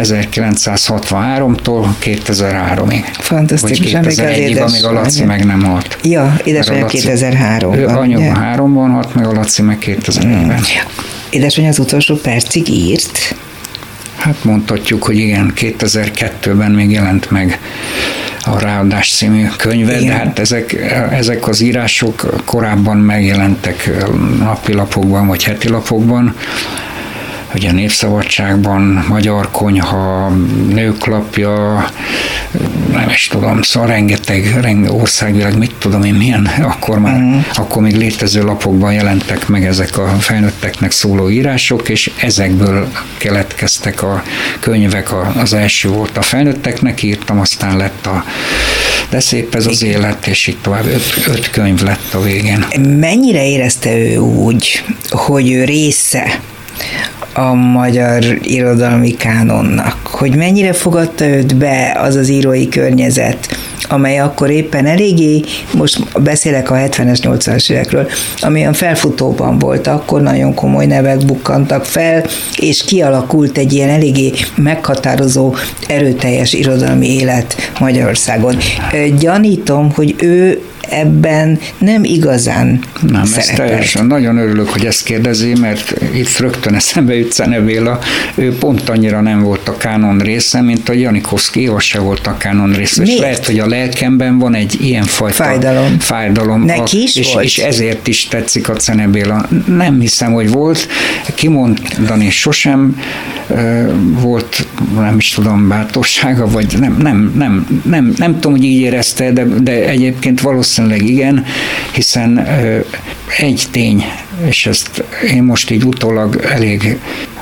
1963-tól 2003-ig. Fantasztikus, amíg a Laci meg nem halt. Ja, édesanyja 2003-ban. Ő anyu 3-ban halt, meg a Laci meg 2004-ben. Édesanyja az utolsó percig írt? Hát mondhatjuk, hogy igen, 2002-ben még jelent meg a Ráadás című könyve, de hát ezek az írások korábban megjelentek napilapokban vagy hetilapokban, ugye Népszabadságban, Magyar Konyha, Nőklapja, nem is tudom, szóval rengeteg országvilág, mit tudom én milyen, akkor még létező lapokban jelentek meg ezek a felnőtteknek szóló írások, és ezekből keletkeztek a könyvek, az első volt a felnőtteknek írtam, aztán lett de szép ez az élet, és így tovább 5 könyv lett a végén. Mennyire érezte ő úgy, hogy ő része a magyar irodalmi kánonnak, hogy mennyire fogadta őt be az írói környezet, amely akkor éppen eléggé, most beszélek a 70-es, 80-as évekről, ami olyan felfutóban volt, akkor nagyon komoly nevek bukkantak fel, és kialakult egy ilyen eléggé meghatározó, erőteljes irodalmi élet Magyarországon. Gyanítom, hogy ő ebben nem igazán nem, szerepelt. Ez teljesen. Nagyon örülök, hogy ezt kérdezi, mert itt rögtön eszembe jut Szene Béla, ő pont annyira nem volt a kánon része, mint a Janikovszky Éva se volt a kánon része. És lehet, hogy a lelkemben van egy ilyenfajta fájdalom. Neki is volt? És ezért is tetszik a Szene Béla. Nem hiszem, hogy volt. Kimondani sosem volt, nem is tudom, bátorsága, vagy nem tudom, hogy így érezte, de egyébként valószínűleg igen, hiszen egy tény, és ezt én most így utólag elég,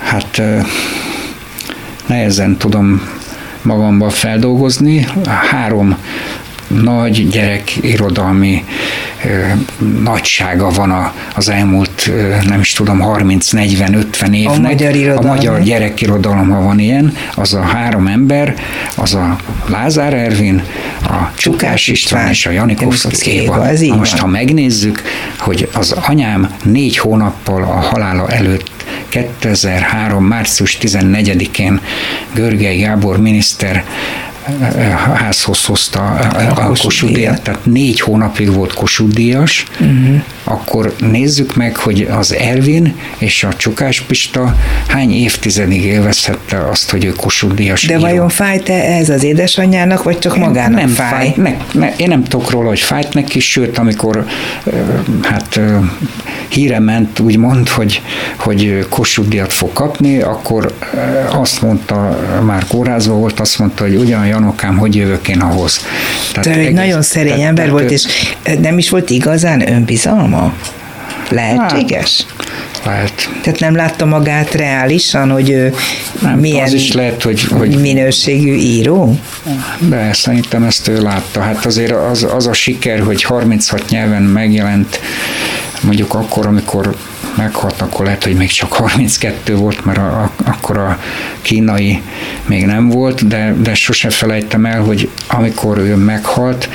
nehezen tudom magamban feldolgozni. 3 nagy gyerek irodalmi nagysága van az elmúlt, nem is tudom, 30-40-50 évnek. A magyar gyerekirodalom, ha van ilyen, az a 3 ember, az a Lázár Ervin, a Csukás István és a Janikovszky Éva. Most, ha megnézzük, hogy az anyám 4 hónappal a halála előtt 2003. március 14-én Görgei Gábor miniszter házhoz hozta a Kossuth-díjat, tehát 4 hónapig volt Kossuth-díjas, akkor nézzük meg, hogy az Ervin és a Csukás Pista hány évtizedig élvezhette azt, hogy ő Kossuth-díjas író. De vajon fájt-e ez az édesanyjának, vagy csak magának nem fáj? Én nem tudok róla, hogy fájt neki, sőt, amikor híre ment, úgymond, hogy Kossuth-díjat fog kapni, akkor azt mondta, már kórházban volt, azt mondta, hogy ugyan Janokám, hogy jövök én ahhoz. Tehát egy nagyon szerény ember volt, és nem is volt igazán önbizalma? Lehetséges? Lehet. Tehát nem látta magát reálisan, hogy ő milyen az is lehet, hogy minőségű író? De szerintem ezt ő látta. Hát azért az a siker, hogy 36 nyelven megjelent, mondjuk akkor, amikor meghalt, akkor lehet, hogy még csak 32 volt, mert akkor a kínai még nem volt, de sose felejtem el, hogy amikor ő meghalt,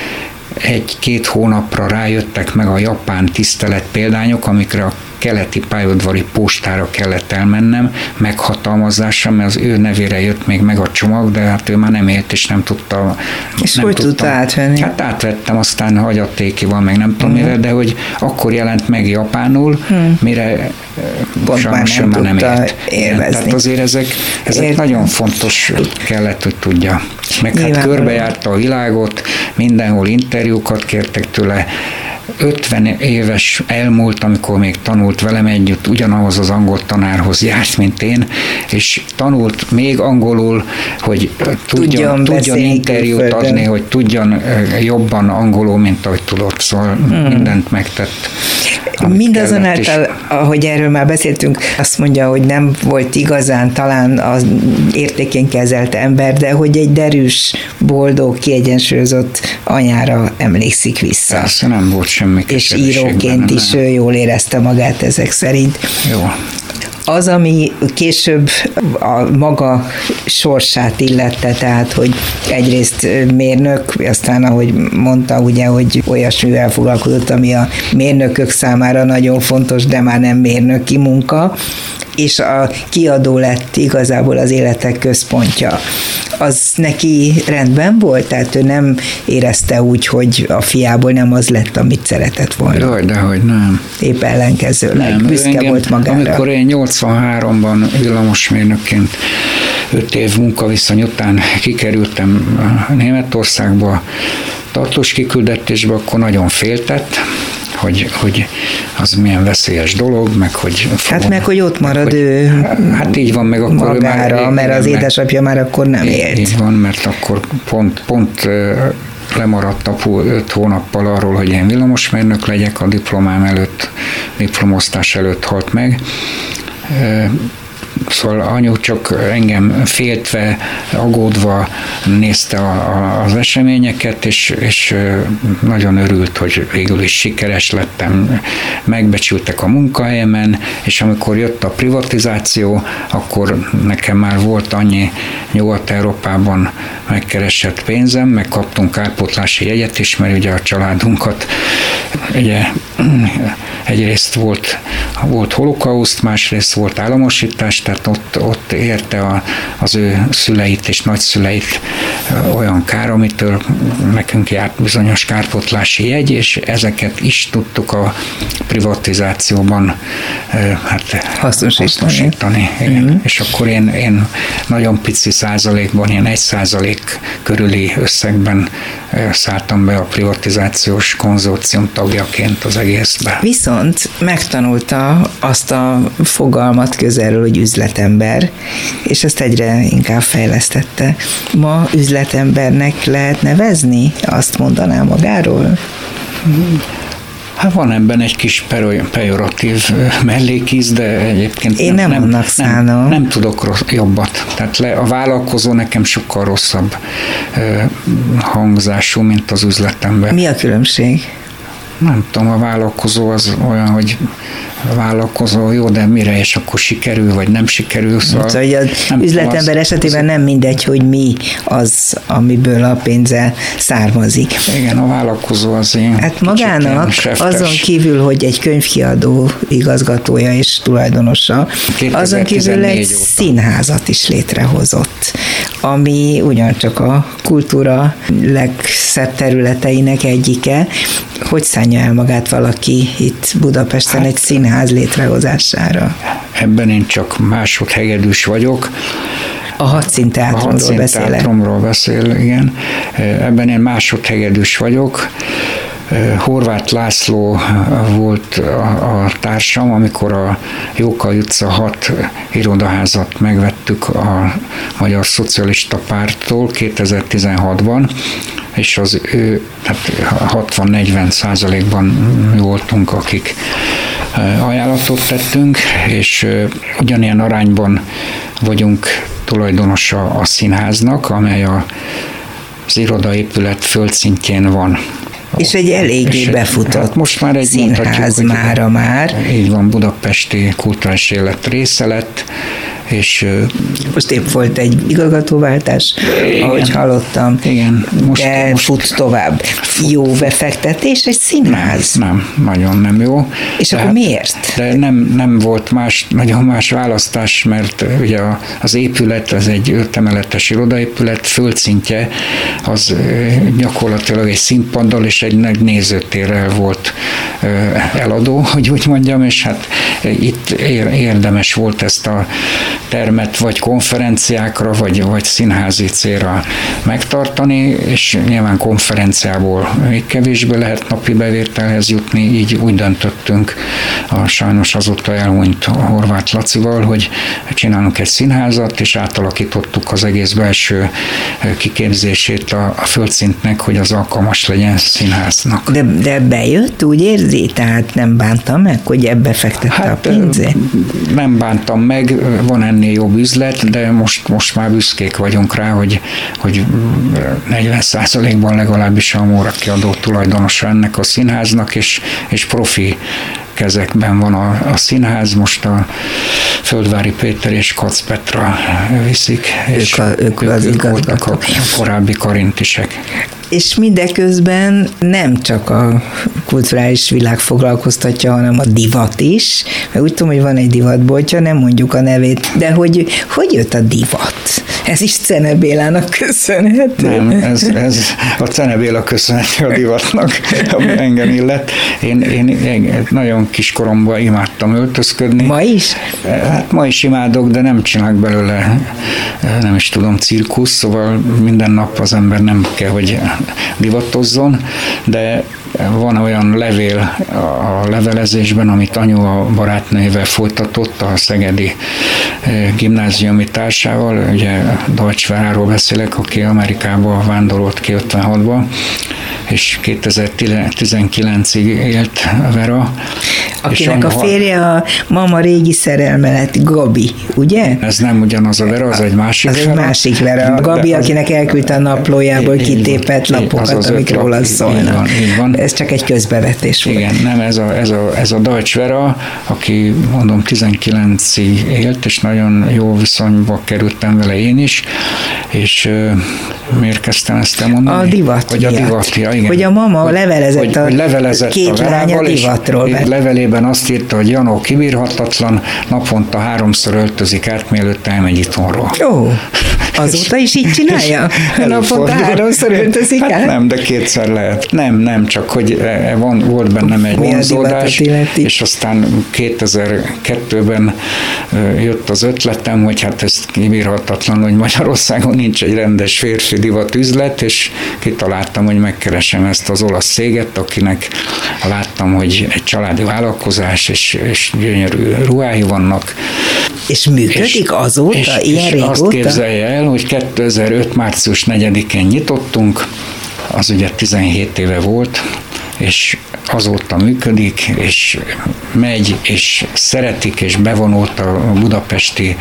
1-2 hónapra rájöttek meg a japán tiszteletpéldányok, amikre a keleti pályaudvari postára kellett elmennem meghatalmazásra, mert az ő nevére jött még meg a csomag, de hát ő már nem élt, és nem tudta. És hogy tudta átvenni? Hát átvettem, aztán hagyatékival, meg nem tudom mire, de hogy akkor jelent meg japánul, mire sajnos már nem ért. Tehát azért ezek nagyon fontos kellett, hogy tudja. Meg hát körbejárta a világot, mindenhol interjúkat kértek tőle, 50 éves elmúlt, amikor még tanult velem együtt, ugyanahoz az angol tanárhoz járt, mint én, és tanult még angolul, hogy tudjon interjút adni, hogy tudjon jobban angolul, mint ahogy tudott, szóval mindent megtett. Mindazonáltal, ahogy erről már beszéltünk, azt mondja, hogy nem volt igazán talán az értékén kezelt ember, de hogy egy derűs, boldog, kiegyensúlyozott anyára emlékszik vissza. Persze, nem volt semmi és íróként is jól érezte magát ezek szerint. Jó. Az, ami később a maga sorsát illette, tehát, hogy egyrészt mérnök, aztán, ahogy mondta, ugye, hogy olyasmivel foglalkozott, ami a mérnökök számára nagyon fontos, de már nem mérnöki munka, és a kiadó lett igazából az életek központja. Az neki rendben volt? Tehát ő nem érezte úgy, hogy a fiából nem az lett, amit szeretett volna? Jaj, dehogy nem. Épp ellenkezőleg. Büszke volt magára. Amikor én 83-ban villamosmérnökként 5 év munkaviszony után kikerültem Németországba, tartós kiküldetésbe, akkor nagyon féltett, hogy az milyen veszélyes dolog, meg hogy... meg hogy ott marad ő hát így van, meg akkor magára, mert az édesapja már akkor nem élt. Így van, mert akkor pont lemaradt apu 5 hónappal arról, hogy én villamosmérnök legyek, a diplomám előtt, diplomosztás előtt halt meg. Szóval anyu csak engem féltve, aggódva nézte az eseményeket, és nagyon örült, hogy végül is sikeres lettem, megbecsültek a munkahelyemen, és amikor jött a privatizáció, akkor nekem már volt annyi Nyugat-Európában megkeresett pénzem, megkaptunk kárpótlási jegyet is, mert ugye a családunkat ugye egyrészt volt holokauszt, másrészt volt államosítás, tehát ott érte az ő szüleit és nagyszüleit olyan kár, amitől nekünk járt bizonyos kárpótlási jegy, és ezeket is tudtuk a privatizációban hasznosítani. És akkor én nagyon pici százalékban, ilyen 1% körüli összegben szálltam be a privatizációs konzorcium tagjaként az egészbe. Viszont megtanulta azt a fogalmat közelről, hogy üzletember, és ezt egyre inkább fejlesztette. Ma üzletembernek lehet nevezni? Azt mondaná magáról? Hát van ebben egy kis pejoratív mellékíz, de egyébként én nem tudok jobbat. Tehát a vállalkozó nekem sokkal rosszabb hangzású, mint az üzletember. Mi a különbség? Nem tudom, a vállalkozó az olyan, hogy vállalkozó, jó, de mire, és akkor sikerül, vagy nem sikerül. Szóval hogy az üzletember esetében nem mindegy, hogy mi az, amiből a pénze származik. Igen, a vállalkozó az én. Hát magának azon kívül, hogy egy könyvkiadó igazgatója és tulajdonosa, azon kívül egy színházat is létrehozott, ami ugyancsak a kultúra legszebb területeinek egyike. Hogy szánja el magát valaki itt Budapesten egy színház létrehozására? Ebben én csak másodhegedűs vagyok. A Hadszínteátrumról beszélek. Hadszínteátrumról beszél, igen. Ebben én másodhegedűs vagyok. Horváth László volt a társam, amikor a Jókai utca 6 irodaházat megvettük a Magyar Szocialista Párttól 2016-ban, és az ő 60-40%-ban mi voltunk, akik ajánlatot tettünk, és ugyanilyen arányban vagyunk tulajdonosa a színháznak, amely az irodaépület földszintjén van. És egy eléggé befutott hát most már egy színház mára már. Így van, budapesti kulturális élet része lett, és most épp volt egy igazgatóváltás, ahogy hallottam, igen, most fut tovább. Jó befektetés egy színház? Nem, nagyon nem jó. És akkor miért? De nem volt nagyon más választás, mert ugye az épület, az egy 5 emeletes irodaépület, földszintje az gyakorlatilag egy színpaddal és egy nagy nézőtérrel volt eladó, hogy úgy mondjam, és hát itt érdemes volt ezt a termet vagy konferenciákra, vagy színházi célra megtartani, és nyilván konferenciából még kevésbé lehet napi bevételhez jutni, így úgy döntöttünk sajnos azóta elhunyt Horváth Lacival, hogy csinálunk egy színházat, és átalakítottuk az egész belső kiképzését a földszintnek, hogy az alkalmas legyen színháznak. De bejött, úgy érzi? Tehát nem bántam meg, hogy ebbe fektette a pénzét? Nem bántam meg, van ennél jobb üzlet, de most már büszkék vagyunk rá, hogy 40%-ban legalábbis a Móra Kiadó tulajdonosa ennek a színháznak, és profi kezekben van a színház, most a Földvári Péter és Kac Petra viszik, és ők voltak a korábbi karintisek. És mindeközben nem csak a kulturális világ foglalkoztatja, hanem a divat is, mert úgy tudom, hogy van egy divatboltja, nem mondjuk a nevét, de hogy jött a divat? Ez is Czene Bélának köszönhető? Nem, ez a Czene Béla köszönhető a divatnak, ami engem illet. Én nagyon kiskoromban imádtam öltözködni. Ma is? Hát ma is imádok, de nem csinálok belőle, nem is tudom, cirkusz, szóval minden nap az ember nem kell, hogy divatozzon, de van olyan levél a levelezésben, amit anyu a barátnőjével folytatott a szegedi gimnáziumi társával, ugye Deutsch Veráról beszélek, aki Amerikába vándorolt ki 56-ban, és 2019-ig élt Vera. Akinek a férje a mama régi szerelme lett, Gabi, ugye? Ez nem ugyanaz a Vera, az egy másik Vera. Az egy másik Vera. A Gabi, akinek elküldte a naplójából kitépett lapokat, amik róla szólnak. Így van. Ez csak egy közbevetés volt. Igen, nem, ez a Deutsch Vera, aki mondom 19-ig élt, és nagyon jó viszonyba kerültem vele én is, és miért kezdtem ezt elmondani? A divat hogy miatt. A divat, ja, igen. Hogy a mama levelezett a két lány a divatról. És levelében azt írta, hogy Janó kibírhatatlan, naponta 3-szor öltözik át, mielőtt elmegy itthonról. Ó, azóta is így csinálja? Naponta 3-szor öltözik át? Hát nem, de 2-szer lehet. Nem, csak hogy volt bennem egy vonzódás, és aztán 2002-ben jött az ötletem, hogy hát ez kibírhatatlan, hogy Magyarországon nincs egy rendes férfi divat üzlet, és kitaláltam, hogy megkeresem ezt az olasz céget, akinek láttam, hogy egy családi vállalkozás, és gyönyörű ruhái vannak. És működik azóta, ilyen régóta? Azt képzelje el, hogy 2005. március 4-én nyitottunk, az ugye 17 éve volt, és azóta működik, és megy, és szeretik, és bevonult a budapesti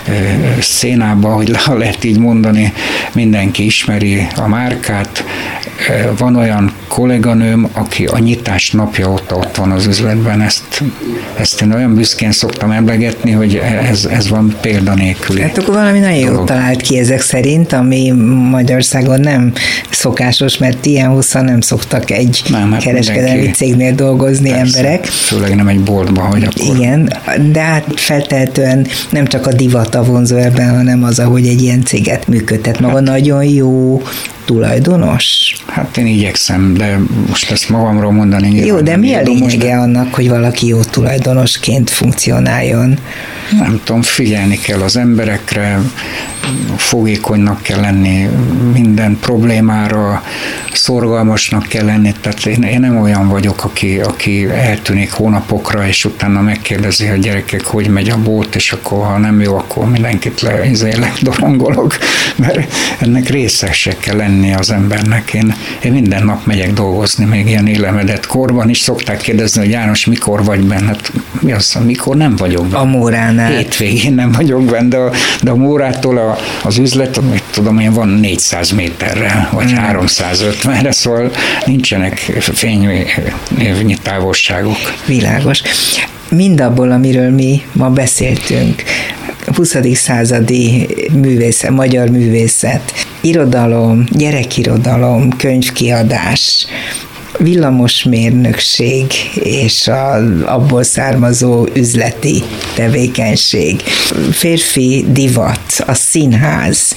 szénába, hogy lehet így mondani, mindenki ismeri a márkát. Van olyan kolléganőm, aki a nyitás napja óta ott van az üzletben, ezt én olyan büszkén szoktam emlegetni, hogy ez van példanélküli. Hát akkor valami nagyon jól talált ki ezek szerint, ami Magyarországon nem szokásos, mert ilyen hosszan nem szoktak egy kereskedelmi cégnél dolgozni emberek. Főleg nem egy boltban, hogy akkor... Igen, de hát feltehetően nem csak a divat a vonzó ebben, hanem az, ahogy egy ilyen céget működtet. Maga nagyon jó tulajdonos? Hát én igyekszem, de most ezt magamról mondani nyilván. Jó, de mi a lényege annak, hogy valaki jó tulajdonosként funkcionáljon? Nem tudom, figyelni kell az emberekre, fogékonynak kell lenni minden problémára, szorgalmasnak kell lenni, tehát én nem olyan vagyok, aki eltűnik hónapokra, és utána megkérdezi a gyerekek, hogy megy a bolt, és akkor ha nem jó, akkor mindenkit dorongolok, mert ennek részese kell lenni az embernek. Én minden nap megyek dolgozni, még ilyen élemedett korban is szokták kérdezni, hogy János, mikor vagy benne? Hát mi az, mikor nem vagyok benne? A Móránál. Hétvégén nem vagyok benne, de a Mórától az üzlet, mit tudom én, van 400 méterre, vagy 350-re, szóval nincsenek fényévnyi távolságok. Világos. Mindabból, amiről mi ma beszéltünk, 20. századi művészet, magyar művészet, irodalom, gyerekirodalom, könyvkiadás, villamosmérnökség és abból származó üzleti tevékenység, férfi divat, a színház,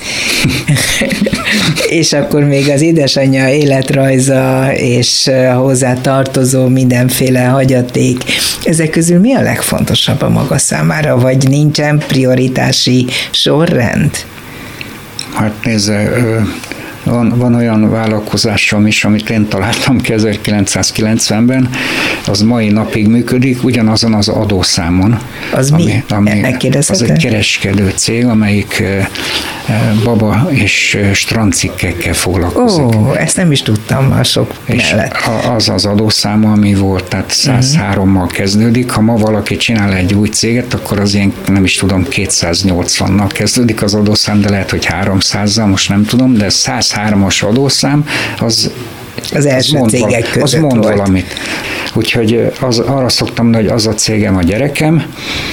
és akkor még az édesanyja életrajza és hozzá tartozó mindenféle hagyaték. Ezek közül mi a legfontosabb a maga számára, vagy nincsen prioritási sorrend? Hát nézze, van olyan vállalkozásom is, amit én találtam ki 1990-ben, az mai napig működik, ugyanazon az adószámon. Az mi? Az egy kereskedő cég, amelyik baba és strandcikkekkel foglalkozik. Ó, ezt nem is tudtam már sok mellett. És az adószáma, ami volt, tehát 103-mal kezdődik. Ha ma valaki csinál egy új céget, akkor az ilyen, nem is tudom, 280-nal kezdődik az adószám, de lehet, hogy 300-zal, most nem tudom, de 103-as adószám, az első cégek között az mond valamit. Úgyhogy arra szoktam mondani, hogy az a cégem a gyerekem,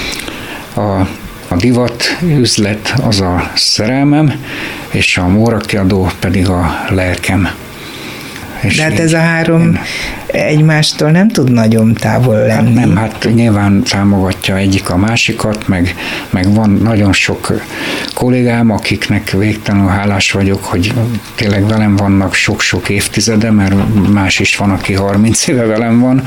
a divat üzlet az a szerelmem, és a Móra Kiadó pedig a lelkem. De hát ez a három egymástól nem tud nagyon távol lenni. Nem, hát nyilván támogatja egyik a másikat, meg van nagyon sok kollégám, akiknek végtelenül hálás vagyok, hogy tényleg velem vannak sok-sok évtizede, mert más is van, aki 30 éve velem van,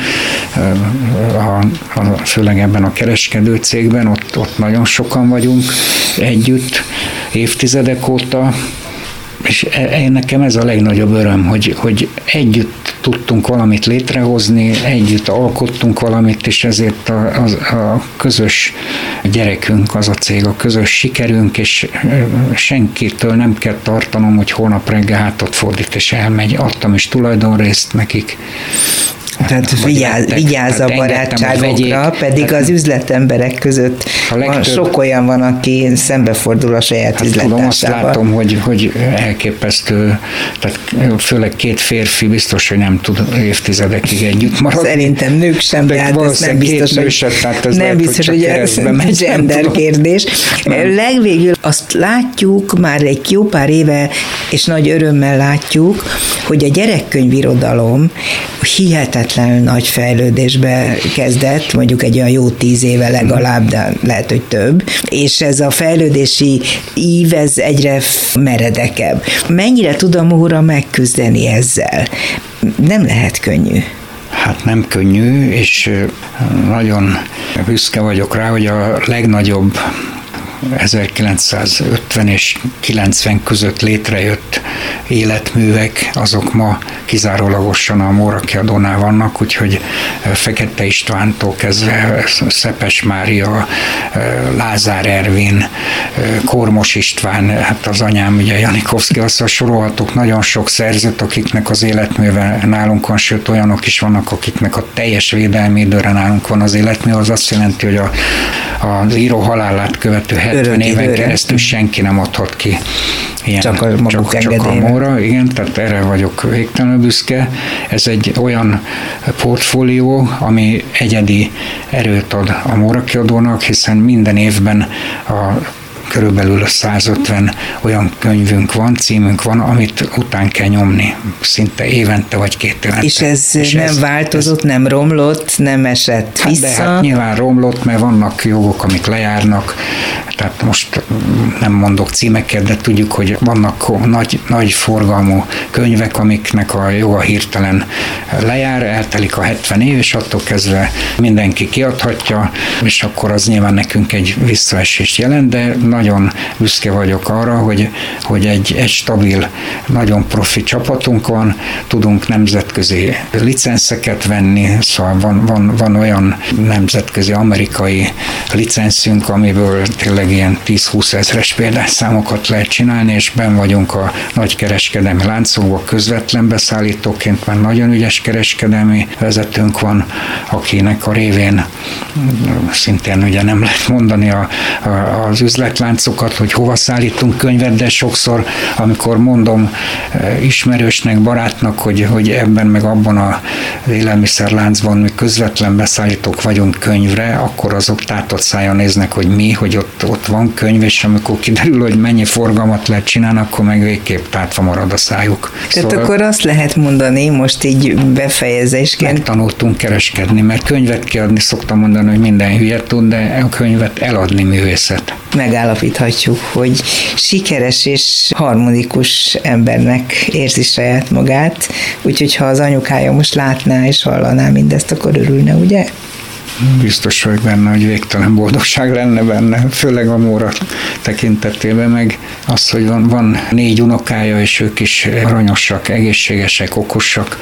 főleg ebben a kereskedő cégben, ott nagyon sokan vagyunk együtt évtizedek óta, és nekem ez a legnagyobb öröm, hogy együtt tudtunk valamit létrehozni, együtt alkottunk valamit, és ezért a közös gyerekünk, az a cég, a közös sikerünk, és senkitől nem kell tartanom, hogy holnap reggel hátat fordít és elmegy. Adtam is tulajdonrészt nekik. Tehát vigyáz a barátságokra, pedig az üzletemberek között sok olyan van, aki szembefordul a saját üzlettársával. Tudom, azt látom, hogy elképesztő, tehát főleg két férfi biztos, hogy nem tud évtizedekig együtt maradni. Szerintem nők sem, de hát ez nem biztos, hogy ez gender kérdés. Legvégül azt látjuk már egy jó pár éve, és nagy örömmel látjuk, hogy a gyerekkönyvirodalom hihetetlen nagy fejlődésbe kezdett, mondjuk egy olyan jó 10 éve legalább, de lehet, hogy több, és ez a fejlődési ív, ez egyre meredekebb. Mennyire tud a Móra megküzdeni ezzel? Nem lehet könnyű. Hát nem könnyű, és nagyon büszke vagyok rá, hogy a legnagyobb 1950 és 90 között létrejött életművek, azok ma kizárólagosan a Móra Kiadónál vannak, úgyhogy Fekete Istvántól kezdve Szepes Mária, Lázár Ervin, Kormos István, hát az anyám, ugye Janikovszky, azt sorolhatok nagyon sok szerzőt, akiknek az életműve nálunk van, sőt olyanok is vannak, akiknek a teljes védelmi időre nálunk van az életmű, az azt jelenti, hogy az író halálát követő 70 éven keresztül senki nem adhat ki ilyen, csak a Móra, igen, tehát erre vagyok végtelenül büszke. Ez egy olyan portfólió, ami egyedi erőt ad a Móra Kiadónak, hiszen minden évben körülbelül 150 olyan könyvünk van, címünk van, amit után kell nyomni, szinte évente vagy 2 évente. És ez nem változott, nem romlott, nem esett vissza? De hát nyilván romlott, mert vannak jogok, amik lejárnak, tehát most nem mondok címeket, de tudjuk, hogy vannak nagy forgalmú könyvek, amiknek a joga hirtelen lejár, eltelik a 70 év, és attól kezdve mindenki kiadhatja, és akkor az nyilván nekünk egy visszaesést jelent, de nagyon büszke vagyok arra, hogy egy stabil, nagyon profi csapatunk van, tudunk nemzetközi licenszeket venni, szóval van olyan nemzetközi amerikai licenszünk, amiből tényleg ilyen 10-20 ezres példányszámokat lehet csinálni, és benn vagyunk a nagy kereskedelmi láncokban közvetlen beszállítóként, mert nagyon ügyes kereskedelmi vezetőnk van, akinek a révén szintén ugye nem lehet mondani az üzletláncokat, hogy hova szállítunk könyvet, de sokszor, amikor mondom ismerősnek, barátnak, hogy ebben meg abban az élelmiszerláncban mi közvetlen beszállítók vagyunk könyvre, akkor azok tátott szájon néznek, hogy mi, hogy ott van könyv, és amikor kiderül, hogy mennyi forgalmat lehet csinálni, akkor meg végképp tátva marad a szájuk. Tehát szóval akkor azt lehet mondani, most így befejezésként. Megtanultunk kereskedni, mert könyvet kiadni szoktam mondani, hogy minden hülye tud, de a könyvet eladni művészet. Megállapíthatjuk, hogy sikeres és harmonikus embernek érzi saját magát, úgyhogy ha az anyukája most látná és hallaná mindezt, akkor örülne, ugye? Biztos vagyok benne, hogy végtelen boldogság lenne benne, főleg a Móra tekintetében, meg az, hogy van 4 unokája, és ők is aranyosak, egészségesek, okosak,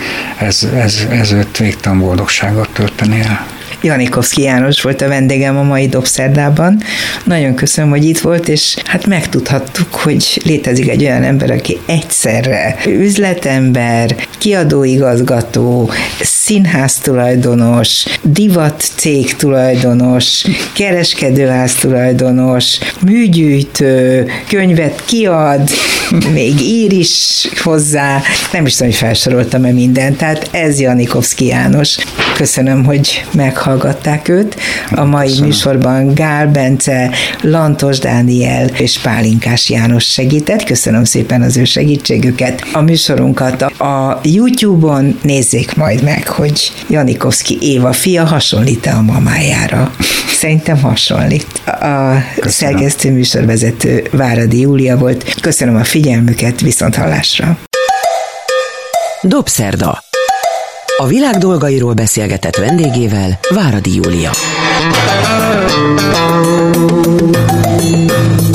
ez őt végtelen boldogságot tölteni el. Janikovszky János volt a vendégem a mai Dobszerdában. Nagyon köszönöm, hogy itt volt, és hát megtudhattuk, hogy létezik egy olyan ember, aki egyszerre üzletember, kiadóigazgató, színház tulajdonos, divat cég tulajdonos, kereskedőház tulajdonos, műgyűjtő, könyvet kiad, még ír is hozzá, nem is tudom, hogy felsoroltam-e mindent, tehát ez Janikovszky János. Köszönöm, hogy meghallgatták őt. A mai műsorban Gál Bence, Lantos Dániel és Pálinkás János segített. Köszönöm szépen az ő segítségüket. A műsorunkat a YouTube-on nézzék majd meg, hogy Janikovszky Éva fia hasonlít-e a mamájára. Szerintem hasonlít. A szerkesztő műsorvezető Váradi Júlia volt. Köszönöm a figyelmüket, viszonthallásra. Dobszerda. A világ dolgairól beszélgetett vendégével Váradi Júlia.